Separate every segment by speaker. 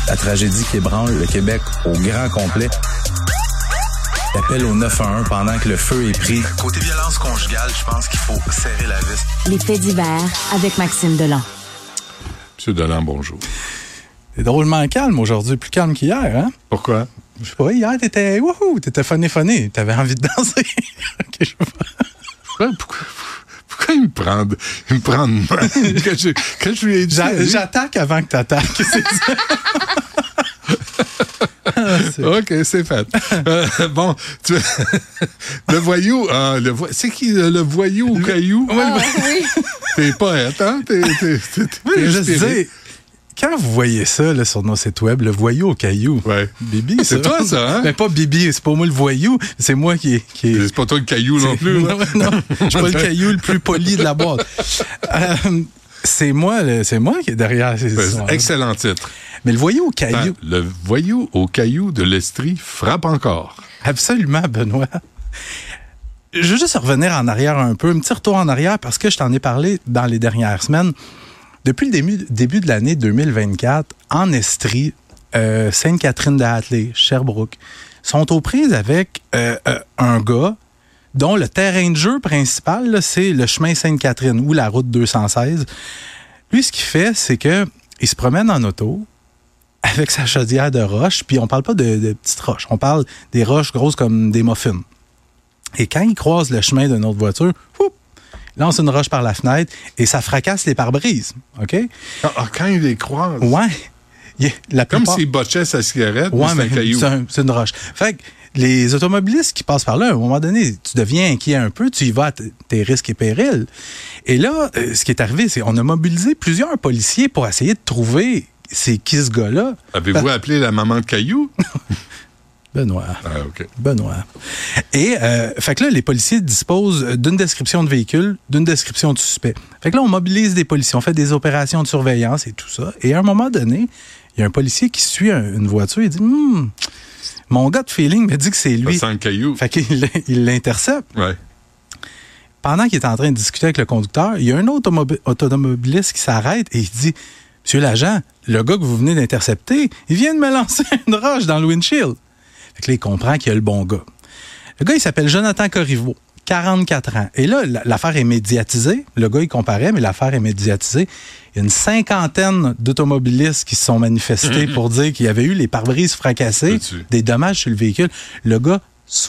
Speaker 1: la tragédie qui ébranle le Québec au grand complet. L'appel au 911 pendant que le feu est pris. Côté violence conjugale, je pense qu'il faut serrer la vis.
Speaker 2: Les faits divers avec Maxime Delan.
Speaker 3: Monsieur Delan, bonjour.
Speaker 1: T'es drôlement calme aujourd'hui, plus calme qu'hier, hein?
Speaker 3: Pourquoi?
Speaker 1: Je sais pas, hier, t'étais funné. T'avais envie de danser. Okay, je vois.
Speaker 3: Pourquoi il me prend de mal quand je lui ai dit...
Speaker 1: J'attaque avant que t'attaques, c'est ça.
Speaker 3: OK, c'est fait. Bon, le voyou, c'est qui le voyou au caillou?
Speaker 2: Oui.
Speaker 3: T'es poète, hein? T'es
Speaker 1: je disais, quand vous voyez ça là, sur nos sites web, le voyou au caillou,
Speaker 3: ouais.
Speaker 1: Bibi,
Speaker 3: c'est toi ça, hein?
Speaker 1: Ben pas Bibi, c'est pas moi le voyou, c'est moi qui
Speaker 3: C'est pas toi le caillou non plus.
Speaker 1: Non, je suis pas le caillou le plus poli de la boîte. C'est moi qui est derrière ces histoires.
Speaker 3: Excellent titre.
Speaker 1: Mais le voyou au caillou...
Speaker 3: Le voyou au caillou de l'Estrie frappe encore.
Speaker 1: Absolument, Benoît. Je veux juste revenir en arrière un peu, un petit retour en arrière, parce que je t'en ai parlé dans les dernières semaines. Depuis le début de l'année 2024, en Estrie, Sainte-Catherine-de-Hatley, Sherbrooke, sont aux prises avec un gars dont le terrain de jeu principal, là, c'est le chemin Sainte-Catherine ou la route 216. Lui, ce qu'il fait, c'est que il se promène en auto avec sa chaudière de roches, puis on parle pas de petites roches, on parle des roches grosses comme des muffins. Et quand il croise le chemin d'une autre voiture, il lance une roche par la fenêtre et ça fracasse les pare-brises. OK?
Speaker 3: Quand il les croise?
Speaker 1: Ouais.
Speaker 3: Comme s'il botchait sa cigarette,
Speaker 1: ouais,
Speaker 3: mais c'est un caillou.
Speaker 1: C'est une roche. Fait que les automobilistes qui passent par là, à un moment donné, tu deviens inquiet un peu, tu y vas à tes risques et périls. Et là, ce qui est arrivé, c'est qu'on a mobilisé plusieurs policiers pour essayer de trouver c'est qui ce gars-là.
Speaker 3: Avez-vous appelé la maman de caillou?
Speaker 1: Benoît.
Speaker 3: Ah, OK.
Speaker 1: Benoît. Et, fait que là, les policiers disposent d'une description de véhicule, d'une description de suspect. Fait que là, on mobilise des policiers, on fait des opérations de surveillance et tout ça. Et à un moment donné, il y a un policier qui suit une voiture et dit mon gut feeling me dit que c'est lui.
Speaker 3: Ça sent le caillou.
Speaker 1: Fait qu'il l'intercepte.
Speaker 3: Ouais.
Speaker 1: Pendant qu'il est en train de discuter avec le conducteur, il y a un autre automobiliste qui s'arrête et il dit Monsieur l'agent, le gars que vous venez d'intercepter, il vient de me lancer une roche dans le windshield. Fait que là, il comprend qu'il y a le bon gars. Le gars, il s'appelle Jonathan Corriveau, 44 ans. Et là, l'affaire est médiatisée. Le gars, il comparait, mais l'affaire est médiatisée. Il y a une 50aine d'automobilistes qui se sont manifestés pour dire qu'il y avait eu les pare-brises fracassées, des dommages sur le véhicule. Le gars,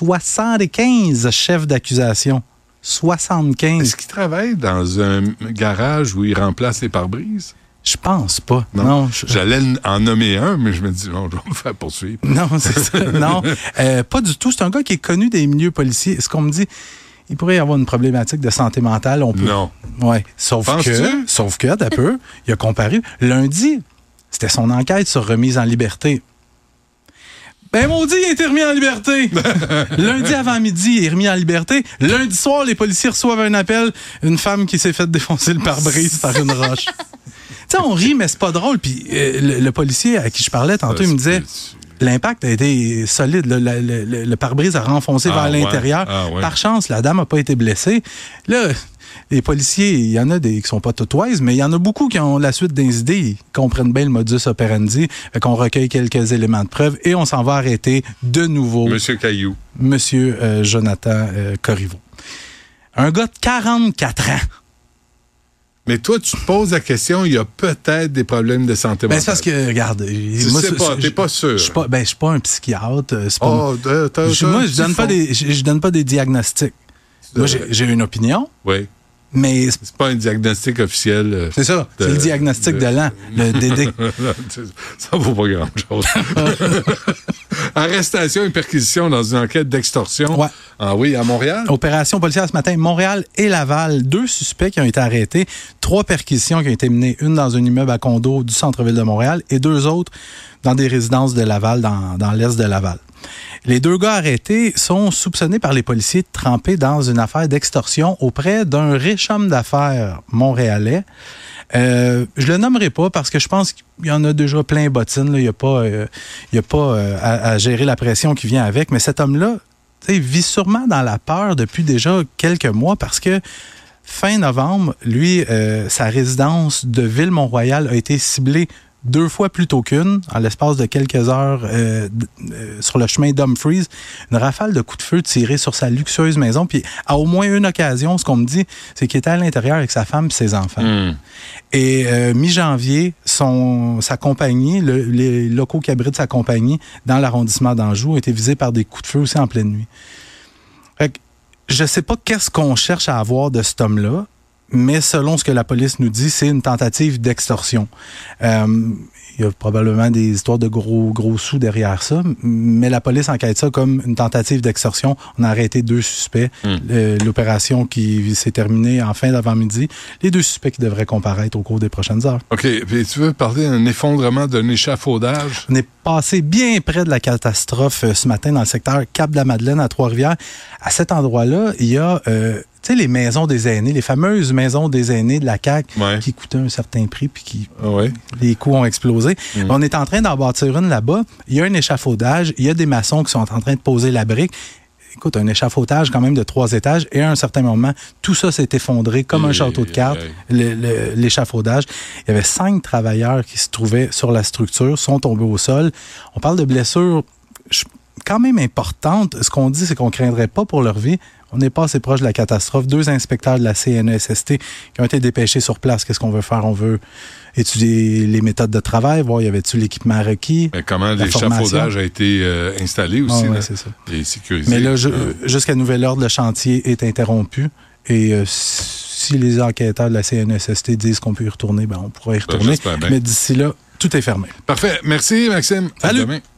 Speaker 1: 75 chefs d'accusation. 75.
Speaker 3: Est-ce qu'il travaille dans un garage où il remplace les pare-brises?
Speaker 1: Je pense pas.
Speaker 3: Non. J'allais en nommer un, mais je me dis, non, je vais me faire poursuivre.
Speaker 1: Non, c'est ça. Non, pas du tout. C'est un gars qui est connu des milieux policiers. Ce qu'on me dit, il pourrait y avoir une problématique de santé mentale.
Speaker 3: Non.
Speaker 1: Oui. Sauf que, d'un peu, il a comparé. Lundi, c'était son enquête sur remise en liberté. Ben, maudit, il a été remis en liberté. Lundi avant midi, il est remis en liberté. Lundi soir, les policiers reçoivent un appel. Une femme qui s'est fait défoncer le pare-brise par une roche. Tu sais, on rit, mais c'est pas drôle. Puis le policier à qui je parlais tantôt, il me disait l'impact a été solide. Le pare-brise a renfoncé vers l'intérieur.
Speaker 3: Ouais.
Speaker 1: Par chance, la dame n'a pas été blessée. Là, les policiers, il y en a des qui sont pas tout wise, mais il y en a beaucoup qui ont la suite des idées. Ils comprennent bien le modus operandi. Fait qu'on recueille quelques éléments de preuve et on s'en va arrêter de nouveau
Speaker 3: Monsieur Caillou.
Speaker 1: Monsieur Jonathan Corriveau. Un gars de 44 ans.
Speaker 3: Mais toi, tu te poses la question, il y a peut-être des problèmes de santé mentale.
Speaker 1: Ben, c'est parce que, regarde...
Speaker 3: T'es pas sûr.
Speaker 1: Je suis pas un psychiatre.
Speaker 3: Moi,
Speaker 1: je donne pas des diagnostics. Moi, j'ai une opinion.
Speaker 3: Oui.
Speaker 1: Mais
Speaker 3: c'est pas un diagnostic officiel.
Speaker 1: C'est ça, c'est le diagnostic de l'an, le DD.
Speaker 3: Ça vaut pas grand-chose. Arrestation et perquisition dans une enquête d'extorsion.
Speaker 1: Ouais.
Speaker 3: Ah oui, à Montréal.
Speaker 1: Opération policière ce matin, Montréal et Laval. 2 suspects qui ont été arrêtés. 3 perquisitions qui ont été menées. Une dans un immeuble à condo du centre-ville de Montréal et 2 autres dans des résidences de Laval, dans l'est de Laval. Les 2 gars arrêtés sont soupçonnés par les policiers de tremper dans une affaire d'extorsion auprès d'un riche homme d'affaires montréalais. Je le nommerai pas parce que je pense qu'il y en a déjà plein bottines. Là. Il y a pas à gérer la pression qui vient avec. Mais cet homme-là, vit sûrement dans la peur depuis déjà quelques mois parce que fin novembre, lui, sa résidence de Ville-Mont-Royal a été ciblée 2 fois plus tôt qu'une, en l'espace de quelques heures sur le chemin Dumfries, une rafale de coups de feu tirés sur sa luxueuse maison. Puis à au moins une occasion, ce qu'on me dit, c'est qu'il était à l'intérieur avec sa femme et ses enfants. Et mi-janvier, sa compagnie, les locaux qui abritent sa compagnie dans l'arrondissement d'Anjou, ont été visés par des coups de feu aussi en pleine nuit. Fait que, je sais pas qu'est-ce qu'on cherche à avoir de cet homme-là, mais selon ce que la police nous dit, c'est une tentative d'extorsion. Il y a probablement des histoires de gros sous derrière ça, mais la police enquête ça comme une tentative d'extorsion. On a arrêté 2 suspects. L'opération qui s'est terminée en fin d'avant-midi. Les 2 suspects qui devraient comparaître au cours des prochaines heures.
Speaker 3: OK. Puis tu veux parler d'un effondrement d'un échafaudage?
Speaker 1: On est passé bien près de la catastrophe ce matin dans le secteur Cap-de-la-Madeleine à Trois-Rivières. À cet endroit-là, il y a... tu sais, les maisons des aînés, les fameuses maisons des aînés de la CAQ qui coûtaient un certain prix puis qui les coûts ont explosé. On est en train d'en bâtir une là-bas. Il y a un échafaudage. Il y a des maçons qui sont en train de poser la brique. Écoute, un échafaudage quand même de 3 étages et à un certain moment, tout ça s'est effondré comme un château de cartes, l'échafaudage. Il y avait 5 travailleurs qui se trouvaient sur la structure, sont tombés au sol. On parle de blessures quand même importantes. Ce qu'on dit, c'est qu'on ne craindrait pas pour leur vie. On n'est pas assez proche de la catastrophe. 2 inspecteurs de la CNESST qui ont été dépêchés sur place. Qu'est-ce qu'on veut faire? On veut étudier les méthodes de travail, voir y avait-tu l'équipement requis.
Speaker 3: Mais comment l'échafaudage a été installé aussi.
Speaker 1: Oui, c'est ça.
Speaker 3: Et sécurisé.
Speaker 1: Mais là, jusqu'à nouvel ordre, le chantier est interrompu. Et si les enquêteurs de la CNESST disent qu'on peut y retourner, on pourra y retourner. Mais d'ici là, tout est fermé.
Speaker 3: Parfait. Merci, Maxime.
Speaker 1: Salut.
Speaker 3: À demain.